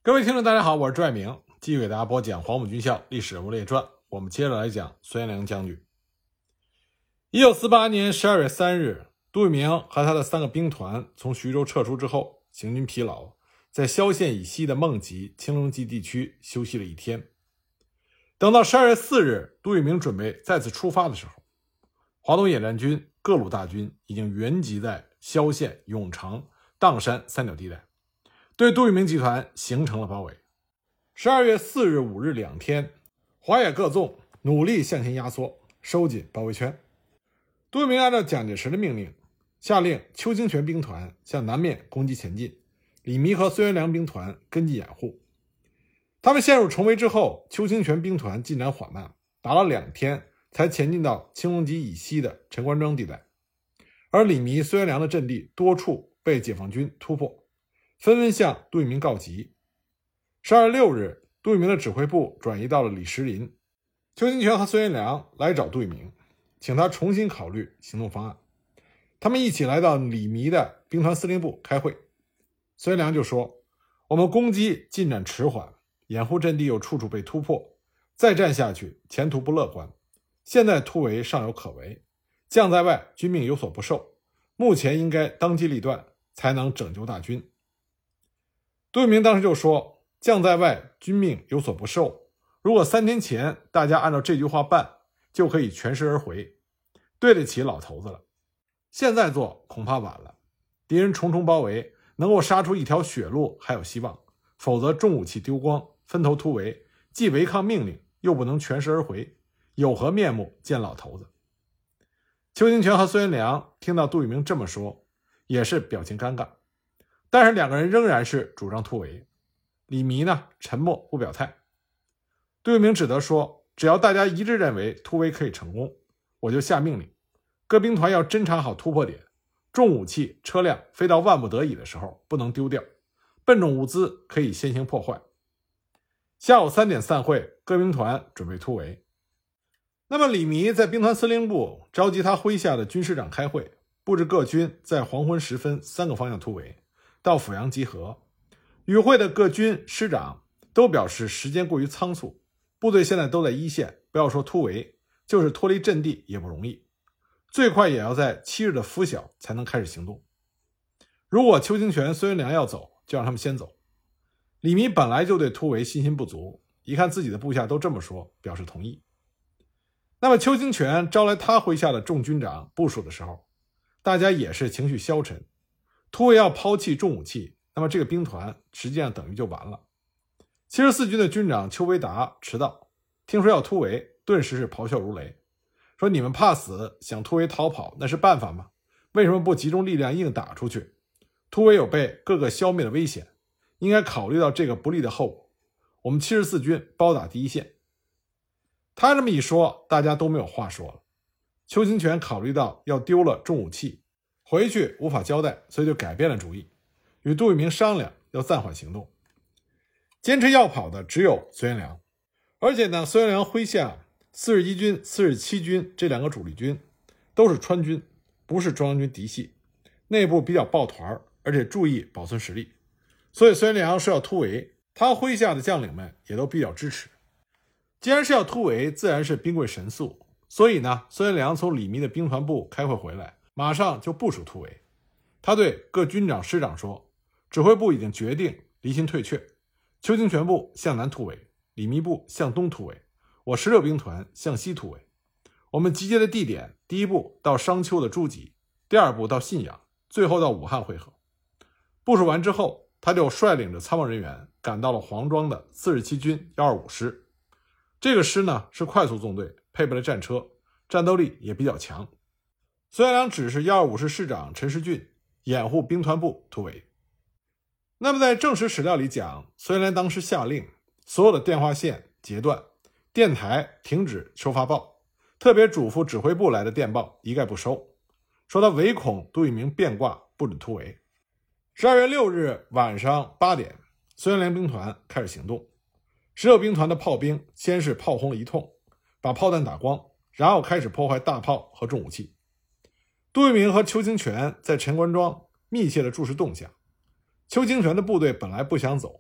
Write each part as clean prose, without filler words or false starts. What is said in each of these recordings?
各位听众大家好，我是朱爱明，继续给大家播讲黄埔军校历史人物列传。我们接着来讲孙元良将军。1948年12月3日，杜聿明和他的3个兵团从徐州撤出之后，行军疲劳，在萧县以西的孟集、青龙集地区休息了一天。等到12月4日，杜聿明准备再次出发的时候，华东野战军各路大军已经云集在萧县、永城、砀山三角地带，对杜聿明集团形成了包围。12月4日、5日2天，华野各纵努力向前压缩，收紧包围圈。杜聿明按照蒋介石的命令，下令邱清泉兵团向南面攻击前进，李弥和孙元良兵团跟进掩护。他们陷入重围之后，邱清泉兵团进展缓慢，打了2天才前进到青龙集以西的陈官庄地带，而李弥、孙元良的阵地多处被解放军突破，纷纷向杜聿明告急。12月6日，杜聿明的指挥部转移到了李石林，邱清泉和孙元良来找杜聿明，请他重新考虑行动方案。他们一起来到李弥的兵团司令部开会。孙元良就说，我们攻击进展迟缓，掩护阵地又处处被突破，再战下去前途不乐观，现在突围尚有可为，将在外，军命有所不受，目前应该当机立断，才能拯救大军。杜聿明当时就说，将在外，军命有所不受，如果3天前大家按照这句话办，就可以全身而回，对得起老头子了。现在做恐怕晚了，敌人重重包围，能够杀出一条血路还有希望，否则重武器丢光，分头突围，既违抗命令，又不能全身而回，有何面目见老头子？邱清泉和孙元良听到杜聿明这么说，也是表情尴尬，但是2个人仍然是主张突围。李弥呢，沉默不表态。杜聿明只得说，只要大家一致认为突围可以成功，我就下命令，各兵团要侦察好突破点，重武器车辆非到万不得已的时候不能丢掉，笨重物资可以先行破坏。下午3点散会，各兵团准备突围。那么李弥在兵团司令部召集他麾下的军师长开会，布置各军在黄昏时分3个方向突围，到阜阳集合。与会的各军师长都表示时间过于仓促，部队现在都在一线，不要说突围，就是脱离阵地也不容易，最快也要在7日的拂晓才能开始行动。如果邱清泉、孙元良要走，就让他们先走。李弥本来就对突围信心不足，一看自己的部下都这么说，表示同意。那么邱清泉招来他麾下的众军长部署的时候，大家也是情绪消沉，突围要抛弃重武器，那么这个兵团实际上等于就完了。74军的军长邱维达迟到，听说要突围，顿时是咆哮如雷，说你们怕死，想突围逃跑，那是办法吗？为什么不集中力量硬打出去？突围有被各个消灭的危险，应该考虑到这个不利的后果。我们74军包打第一线。他这么一说，大家都没有话说了。邱清泉考虑到要丢了重武器，回去无法交代，所以就改变了主意，与杜聿明商量要暂缓行动。坚持要跑的只有孙元良，而且呢，孙元良麾下41军、47军这2个主力军都是川军，不是中央军嫡系，内部比较抱团，而且注意保存实力，所以孙元良说要突围，他麾下的将领们也都比较支持。既然是要突围，自然是兵贵神速，所以呢，孙元良从李弥的兵团部开会回来，马上就部署突围。他对各军长师长说，指挥部已经决定离心退却，邱清泉部向南突围，李弥部向东突围，我16兵团向西突围。我们集结的地点，第一步到商丘的诸暨，第2步到信阳，最后到武汉会合。部署完之后，他就率领着参谋人员赶到了黄庄的47军125师。这个师呢是快速纵队，配备了战车，战斗力也比较强。孙元良指示125师师长陈时俊掩护兵团部突围。那么在正史史料里讲，孙元良当时下令所有的电话线截断，电台停止收发报，特别嘱咐指挥部来的电报一概不收，说他唯恐杜聿明变卦，不准突围。12月6日晚上8点，孙元良兵团开始行动。16兵团的炮兵先是炮轰了一通，把炮弹打光，然后开始破坏大炮和重武器。杜聿明和邱清泉在陈官庄密切地注视动向。邱清泉的部队本来不想走，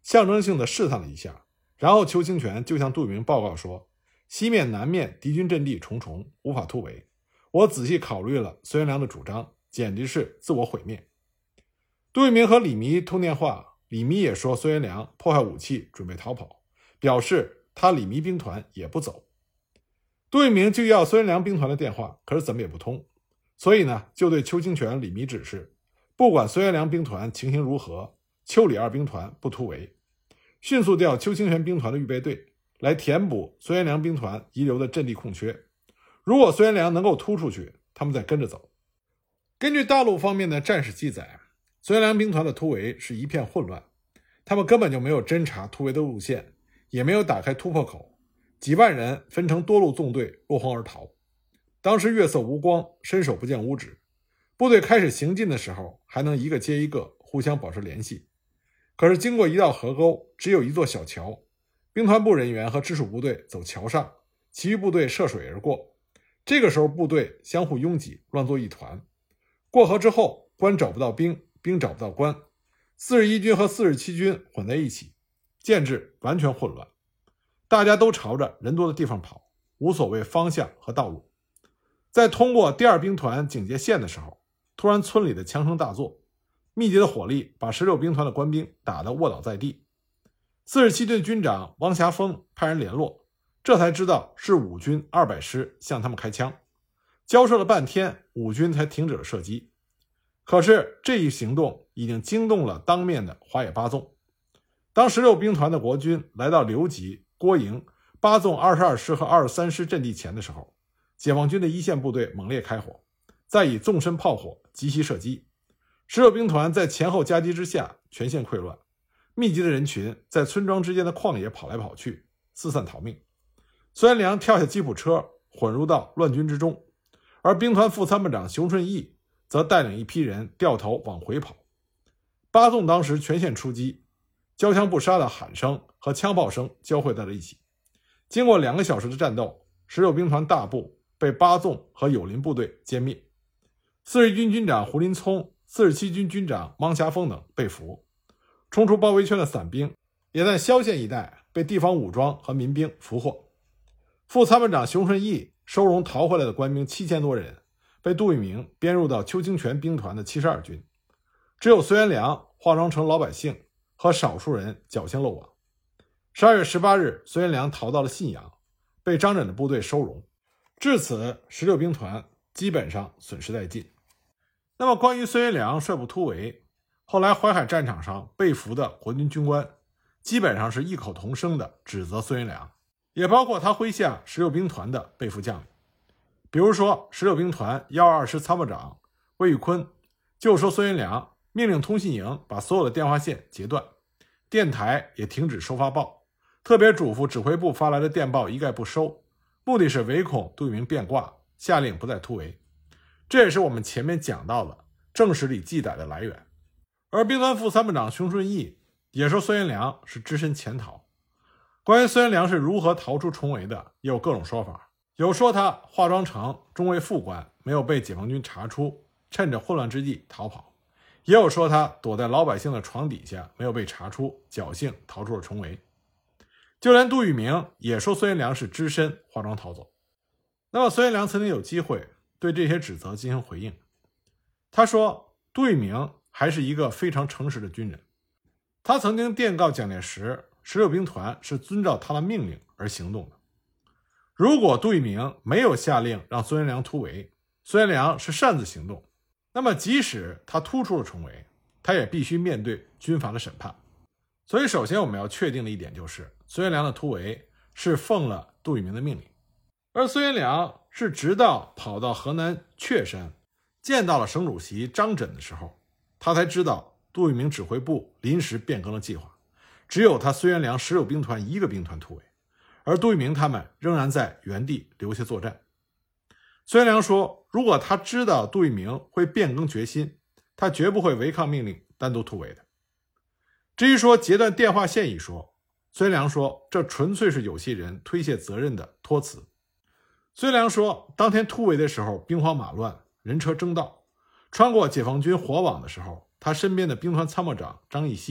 象征性的试探了一下，然后邱清泉就向杜聿明报告说，西面南面敌军阵地重重，无法突围，我仔细考虑了孙元良的主张，简直是自我毁灭。杜聿明和李弥通电话，李弥也说孙元良破坏武器准备逃跑，表示他李弥兵团也不走。杜聿明就要孙元良兵团的电话，可是怎么也不通，所以呢，就对邱清泉、李弥指示，不管孙元良兵团情形如何，邱李二兵团不突围，迅速调邱清泉兵团的预备队来填补孙元良兵团遗留的阵地空缺。如果孙元良能够突出去，他们再跟着走。根据大陆方面的战史记载，孙元良兵团的突围是一片混乱，他们根本就没有侦察突围的路线，也没有打开突破口，几万人分成多路纵队落荒而逃。当时月色无光，伸手不见五指，部队开始行进的时候还能一个接一个互相保持联系。可是经过一道河沟，只有一座小桥，兵团部人员和直属部队走桥上，其余部队涉水而过。这个时候部队相互拥挤，乱作一团。过河之后，官找不到兵，兵找不到官，41军和47军混在一起，建制完全混乱。大家都朝着人多的地方跑，无所谓方向和道路。在通过第二兵团警戒线的时候，突然村里的枪声大作，密集的火力把16兵团的官兵打得卧倒在地。47军军长汪霞峰派人联络，这才知道是5军200师向他们开枪。交涉了半天，5军才停止了射击。可是这一行动已经惊动了当面的华野八纵。当16兵团的国军来到刘集、郭营、八纵22师和23师阵地前的时候，解放军的一线部队猛烈开火，再以纵深炮火急袭射击。16兵团在前后夹击之下全线溃乱，密集的人群在村庄之间的旷野跑来跑去，四散逃命。孙元良跳下吉普车，混入到乱军之中，而兵团副参谋长熊顺义则带领一批人掉头往回跑。八纵当时全线出击，交枪不杀的喊声和枪炮声交汇在了一起。经过2个小时的战斗，16兵团大部被八纵和友邻部队歼灭。41军军长胡林聪、47军军长汪霞峰等被俘。冲出包围圈的散兵也在萧县一带被地方武装和民兵俘获。副参谋长熊顺义收容逃回来的官兵7000多人，被杜聿明编入到邱清泉兵团的72军。只有孙元良化妆成老百姓和少数人侥幸漏网。12月18日，孙元良逃到了信阳，被张轸的部队收容。至此，16兵团基本上损失殆尽。那么关于孙元良率部突围，后来淮海战场上被俘的国军军官基本上是异口同声地指责孙元良，也包括他麾下16兵团的被俘将领。比如说16兵团122师参谋长魏玉坤就说孙元良命令通信营把所有的电话线截断，电台也停止收发报，特别嘱咐指挥部发来的电报一概不收，目的是唯恐杜聿明变卦，下令不再突围。这也是我们前面讲到的正史里记载的来源。而兵团副参谋长熊顺义也说孙元良是只身潜逃。关于孙元良是如何逃出重围的，也有各种说法。有说他化妆成中尉副官，没有被解放军查出，趁着混乱之际逃跑；也有说他躲在老百姓的床底下，没有被查出，侥幸逃出了重围。就连杜聿明也说孙元良是只身化妆逃走。那么孙元良曾经有机会对这些指责进行回应，他说杜聿明还是一个非常诚实的军人，他曾经电告蒋介石，16兵团是遵照他的命令而行动的。如果杜聿明没有下令让孙元良突围，孙元良是擅自行动，那么即使他突出了重围，他也必须面对军阀的审判。所以首先我们要确定的一点就是，孙元良的突围是奉了杜聿明的命令。而孙元良是直到跑到河南确山见到了省主席张轸的时候，他才知道杜聿明指挥部临时变更了计划，只有他孙元良16兵团1个兵团突围，而杜聿明他们仍然在原地留下作战。孙元良说，如果他知道杜聿明会变更决心，他绝不会违抗命令单独突围的。至于说截断电话线一说，孙元良说这纯粹是有些人推卸责任的托词。孙元良说，当天突围的时候兵荒马乱，人车争道，穿过解放军火网的时候，他身边的兵团参谋长张义熙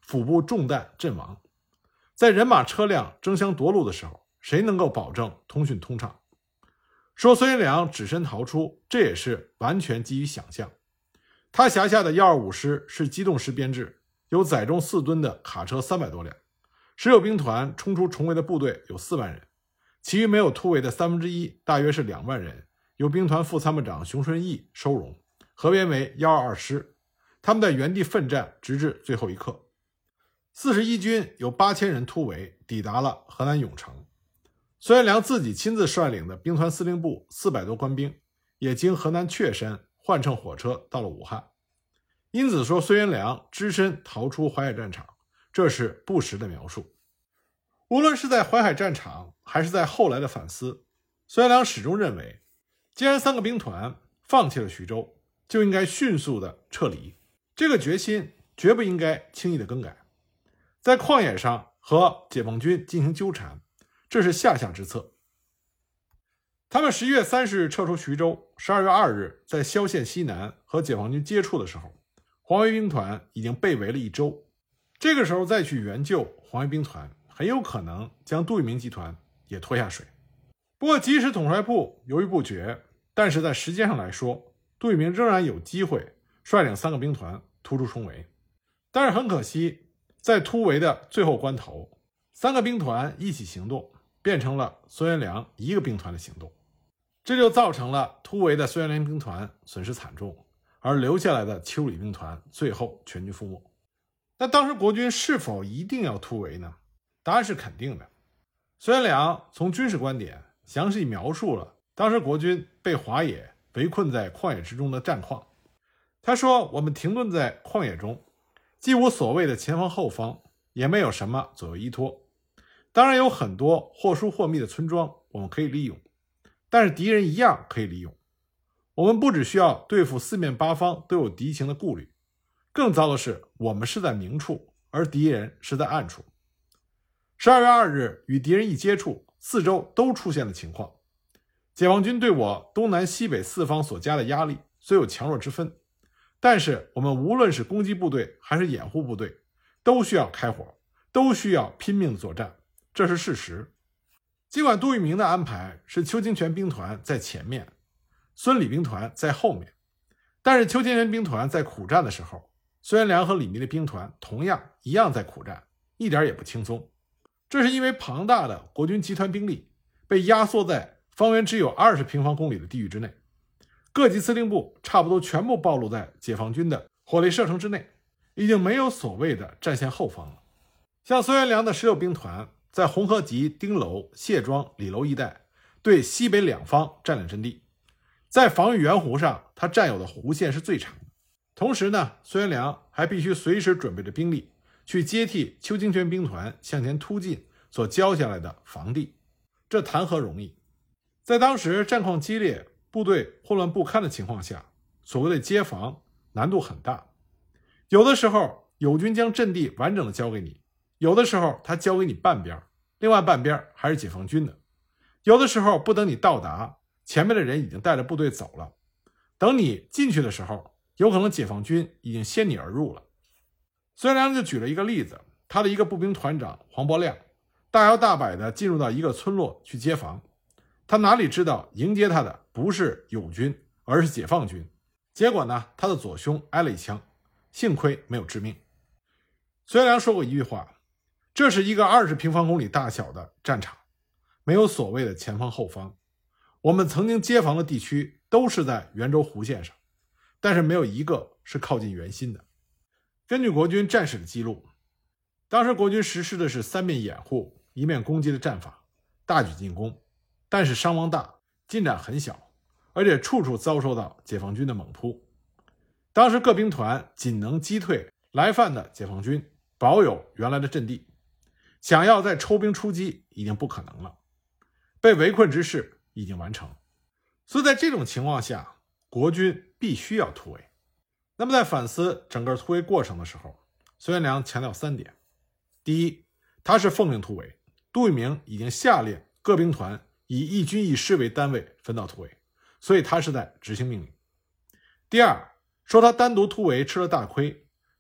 腹部中弹阵亡。在人马车辆争相夺路的时候，谁能够保证通讯通畅？说孙元良只身逃出，这也是完全基于想象。他辖下的125师是机动师编制，有载重4吨的卡车300多辆，19兵团冲出重围的部队有4万人，其余没有突围的1/3，大约是2万人，由兵团副参谋长熊顺义收容，合编为122师。他们在原地奋战，直至最后一刻。41军有8000人突围，抵达了河南永城。孙元良自己亲自率领的兵团司令部400多官兵，也经河南确山换乘火车到了武汉。因此说孙元良只身逃出淮海战场，这是不实的描述。无论是在淮海战场还是在后来的反思，孙元良始终认为，既然3个兵团放弃了徐州，就应该迅速的撤离，这个决心绝不应该轻易的更改。在旷野上和解放军进行纠缠，这是下下之策。他们11月30日撤出徐州，12月2日在萧县西南和解放军接触的时候，黄维兵团已经被围了1周。这个时候再去援救黄维兵团，很有可能将杜聿明集团也拖下水。不过即使统帅部犹豫不决，但是在时间上来说，杜聿明仍然有机会率领3个兵团突出重围。但是很可惜，在突围的最后关头，3个兵团一起行动变成了孙元良1个兵团的行动，这就造成了突围的孙元良兵团损失惨重，而留下来的齐鲁礼兵团最后全军覆没。那当时国军是否一定要突围呢？答案是肯定的。孙元良从军事观点详细描述了当时国军被华野围困在旷野之中的战况。他说，我们停顿在旷野中，既无所谓的前方后方，也没有什么左右依托。当然有很多或疏或密的村庄我们可以利用，但是敌人一样可以利用。我们不只需要对付四面八方都有敌情的顾虑，更糟的是我们是在明处，而敌人是在暗处。12月2日与敌人一接触，四周都出现了情况。解放军对我东南西北四方所加的压力虽有强弱之分，但是我们无论是攻击部队还是掩护部队，都需要开火，都需要拼命作战，这是事实。尽管杜聿明的安排是邱清泉兵团在前面，孙李兵团在后面，但是邱清泉兵团在苦战的时候，孙元良和李弥的兵团同样一样在苦战，一点也不轻松。这是因为庞大的国军集团兵力被压缩在方圆只有20平方公里的地域之内，各级司令部差不多全部暴露在解放军的火力射程之内，已经没有所谓的战线后方了。像孙元良的16兵团在红河集、丁楼、谢庄、李楼一带对西北两方占领阵地，在防御圆弧上他占有的弧线是最长的。同时呢，孙元良还必须随时准备着兵力去接替邱清泉兵团向前突进所交下来的防地，这谈何容易。在当时战况激烈、部队混乱不堪的情况下，所谓的接防难度很大。有的时候友军将阵地完整的交给你，有的时候他交给你半边，另外半边还是解放军的。有的时候不等你到达，前面的人已经带着部队走了，等你进去的时候，有可能解放军已经先你而入了。孙元良就举了一个例子，他的一个步兵团长黄伯亮大摇大摆地进入到一个村落去接防，他哪里知道迎接他的不是友军，而是解放军。结果呢，他的左胸挨了一枪，幸亏没有致命。孙元良说过一句话，这是一个20平方公里大小的战场，没有所谓的前方后方。我们曾经接防的地区都是在圆周弧线上，但是没有一个是靠近圆心的。根据国军战史的记录，当时国军实施的是3面掩护1面攻击的战法，大举进攻，但是伤亡大，进展很小，而且处处遭受到解放军的猛扑。当时各兵团仅能击退来犯的解放军，保有原来的阵地，想要再抽兵出击已经不可能了，被围困之势已经完成。所以在这种情况下，国军必须要突围。那么在反思整个突围过程的时候，孙元良强调3点。第一，他是奉令突围，杜聿明已经下令各兵团以1军1师为单位分道突围，所以他是在执行命令。第二，说他单独突围吃了大亏，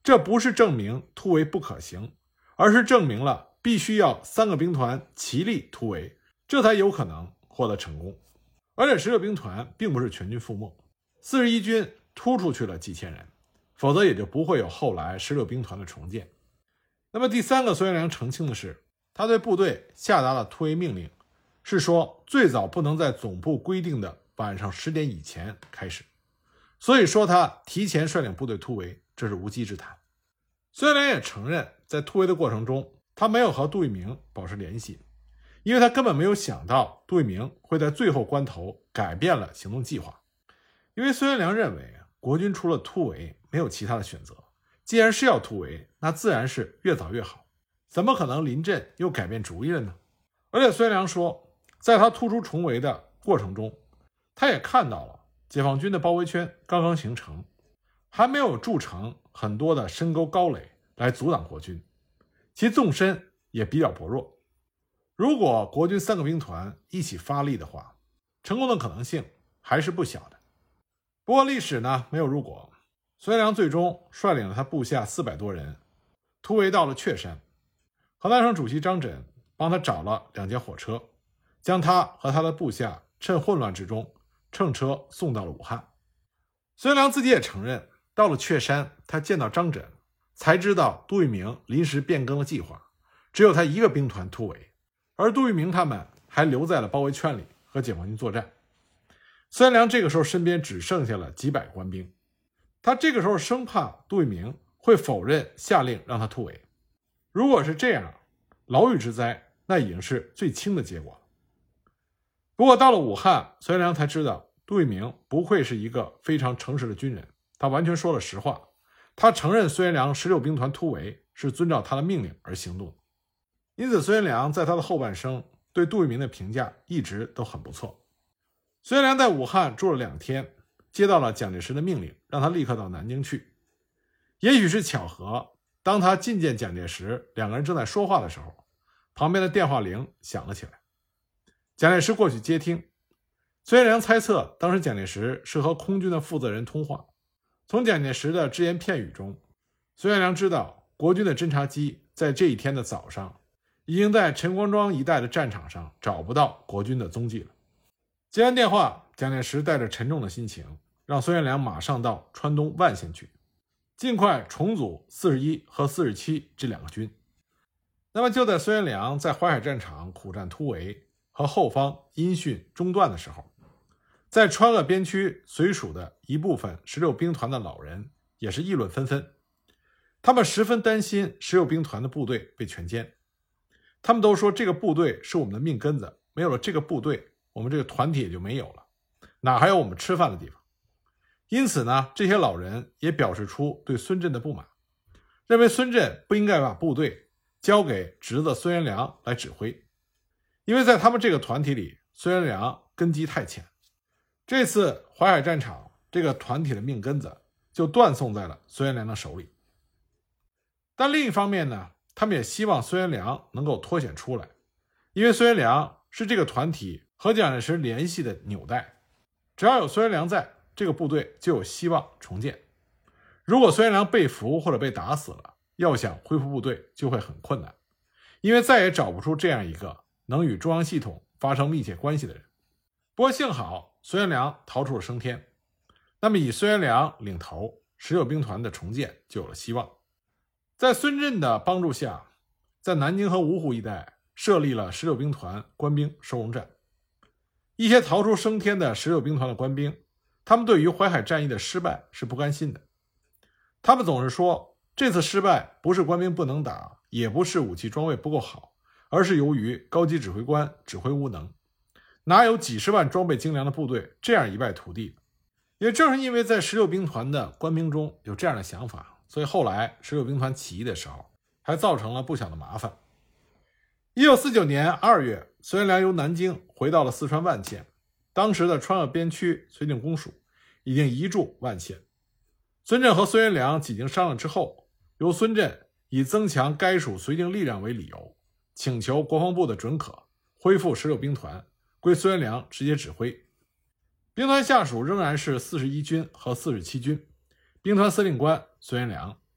这不是证明突围不可行，而是证明了必须要3个兵团齐力突围，这才有可能获得成功。而且16兵团并不是全军覆没，41军突出去了几千人，否则也就不会有后来16兵团的重建。那么第3个孙元良澄清的是，他对部队下达了突围命令，是说最早不能在总部规定的晚上10点以前开始，所以说他提前率领部队突围，这是无稽之谈。孙元良也承认，在突围的过程中，他没有和杜聿明保持联系，因为他根本没有想到杜聿明会在最后关头改变了行动计划。因为孙元良认为国军除了突围没有其他的选择，既然是要突围，那自然是越早越好，怎么可能临阵又改变主意了呢？而且孙元良说，在他突出重围的过程中，他也看到了解放军的包围圈刚刚形成，还没有筑成很多的深沟高垒来阻挡国军，其纵深也比较薄弱。如果国军3个兵团一起发力的话，成功的可能性还是不小的。不过历史呢没有如果，孙元良最终率领了他部下400多人突围到了确山，河南省主席张轸帮他找了2节火车，将他和他的部下趁混乱之中乘车送到了武汉。孙元良自己也承认，到了确山，他见到张轸才知道杜聿明临时变更了计划，只有他1个兵团突围，而杜聿明他们还留在了包围圈里和解放军作战。孙元良这个时候身边只剩下了几百官兵，他这个时候生怕杜聿明会否认下令让他突围，如果是这样，牢狱之灾那已经是最轻的结果了。不过到了武汉，孙元良才知道杜聿明不愧是一个非常诚实的军人，他完全说了实话，他承认孙元良16兵团突围是遵照他的命令而行动。因此孙元良在他的后半生对杜聿明的评价一直都很不错。孙元良在武汉住了2天，接到了蒋介石的命令，让他立刻到南京去。也许是巧合，当他觐见蒋介石，2个人正在说话的时候，旁边的电话铃响了起来。蒋介石过去接听，孙元良猜测当时蒋介石是和空军的负责人通话。从蒋介石的只言片语中，孙元良知道国军的侦察机在这一天的早上已经在陈光庄一带的战场上找不到国军的踪迹了。接完电话，蒋介石带着沉重的心情，让孙元良马上到川东万县去，尽快重组41和47这2个军。那么就在孙元良在淮海战场苦战突围和后方音讯中断的时候，在川鄂边区随属的一部分16兵团的老人也是议论纷纷，他们十分担心16兵团的部队被全歼，他们都说这个部队是我们的命根子，没有了这个部队，我们这个团体也就没有了，哪还有我们吃饭的地方。因此呢，这些老人也表示出对孙震的不满，认为孙震不应该把部队交给侄子孙元良来指挥，因为在他们这个团体里，孙元良根基太浅，这次淮海战场这个团体的命根子就断送在了孙元良的手里。但另一方面呢，他们也希望孙元良能够脱险出来，因为孙元良是这个团体和蒋介石联系的纽带，只要有孙元良在，这个部队就有希望重建。如果孙元良被俘或者被打死了，要想恢复部队就会很困难，因为再也找不出这样一个能与中央系统发生密切关系的人。不过幸好孙元良逃出了升天，那么以孙元良领头，16兵团的重建就有了希望。在孙震的帮助下，在南京和芜湖一带设立了16兵团官兵收容站。一些逃出升天的16兵团的官兵，他们对于淮海战役的失败是不甘心的，他们总是说，这次失败不是官兵不能打，也不是武器装备不够好，而是由于高级指挥官指挥无能，哪有几十万装备精良的部队这样一败涂地。也正是因为在16兵团的官兵中有这样的想法，所以后来16兵团起义的时候还造成了不小的麻烦。1949年2月，孙元良由南京回到了四川万县，当时的川鄂边区绥靖公署已经移驻万县。孙震和孙元良几经商量之后，由孙震以增强该属绥靖力量为理由，请求国防部的准可，恢复16兵团，归孙元良直接指挥。兵团下属仍然是41军和47军，兵团司令官孙元良，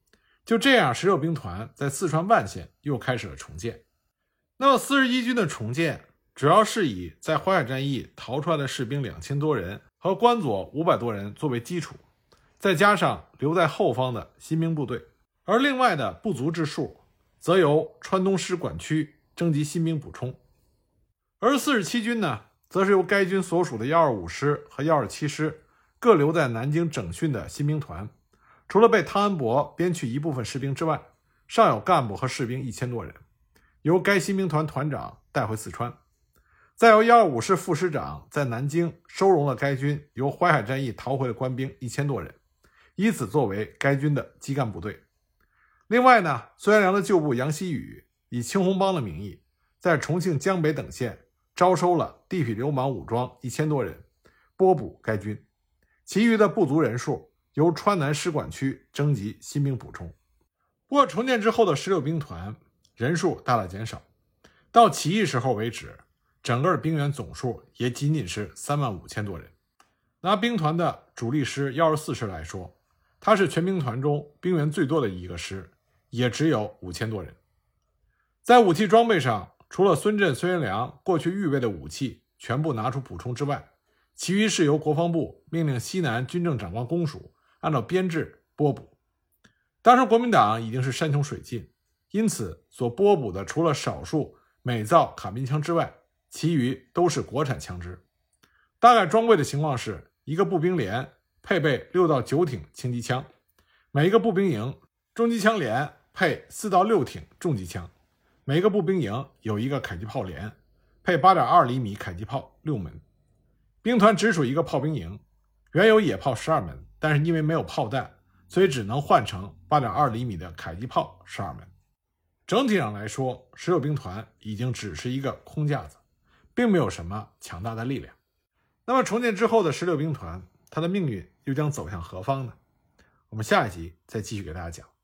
就这样，16兵团在四川万县又开始了重建。那么41军的重建主要是以在淮海战役逃出来的士兵2000多人和关左500多人作为基础，再加上留在后方的新兵部队，而另外的不足之数则由川东师管区征集新兵补充。而47军呢，则是由该军所属的125师和127师各留在南京整训的新兵团，除了被汤恩伯编去一部分士兵之外，尚有干部和士兵1000多人，由该新兵团团长带回四川，再由125师副师长在南京收容了该军由淮海战役逃回的官兵1000多人，以此作为该军的基干部队。另外呢，孙元良的旧部杨希宇以青红帮的名义，在重庆江北等县招收了地痞流氓武装1000多人，拨补该军，其余的不足人数由川南师管区征集新兵补充。不过重建之后的16兵团人数大大减少，到起义时候为止，整个兵员总数也仅仅是35000多人。拿兵团的主力师124师来说，它是全兵团中兵员最多的一个师，也只有5000多人。在武器装备上，除了孙震、孙元良过去预备的武器全部拿出补充之外，其余是由国防部命令西南军政长官公署按照编制拨补。当时国民党已经是山穷水尽，因此所拨补的除了少数美造卡宾枪之外，其余都是国产枪支。大概装备的情况是，一个步兵连配备6到9挺轻机枪，每一个步兵营重机枪连配4到6挺重机枪，每个步兵营有一个迫击炮连，配 8.2 厘米迫击炮6门。兵团直属一个炮兵营，原有野炮12门，但是因为没有炮弹，所以只能换成 8.2 厘米的迫击炮12门。整体上来说，16兵团已经只是一个空架子，并没有什么强大的力量。那么重建之后的16兵团，它的命运又将走向何方呢？我们下一集再继续给大家讲。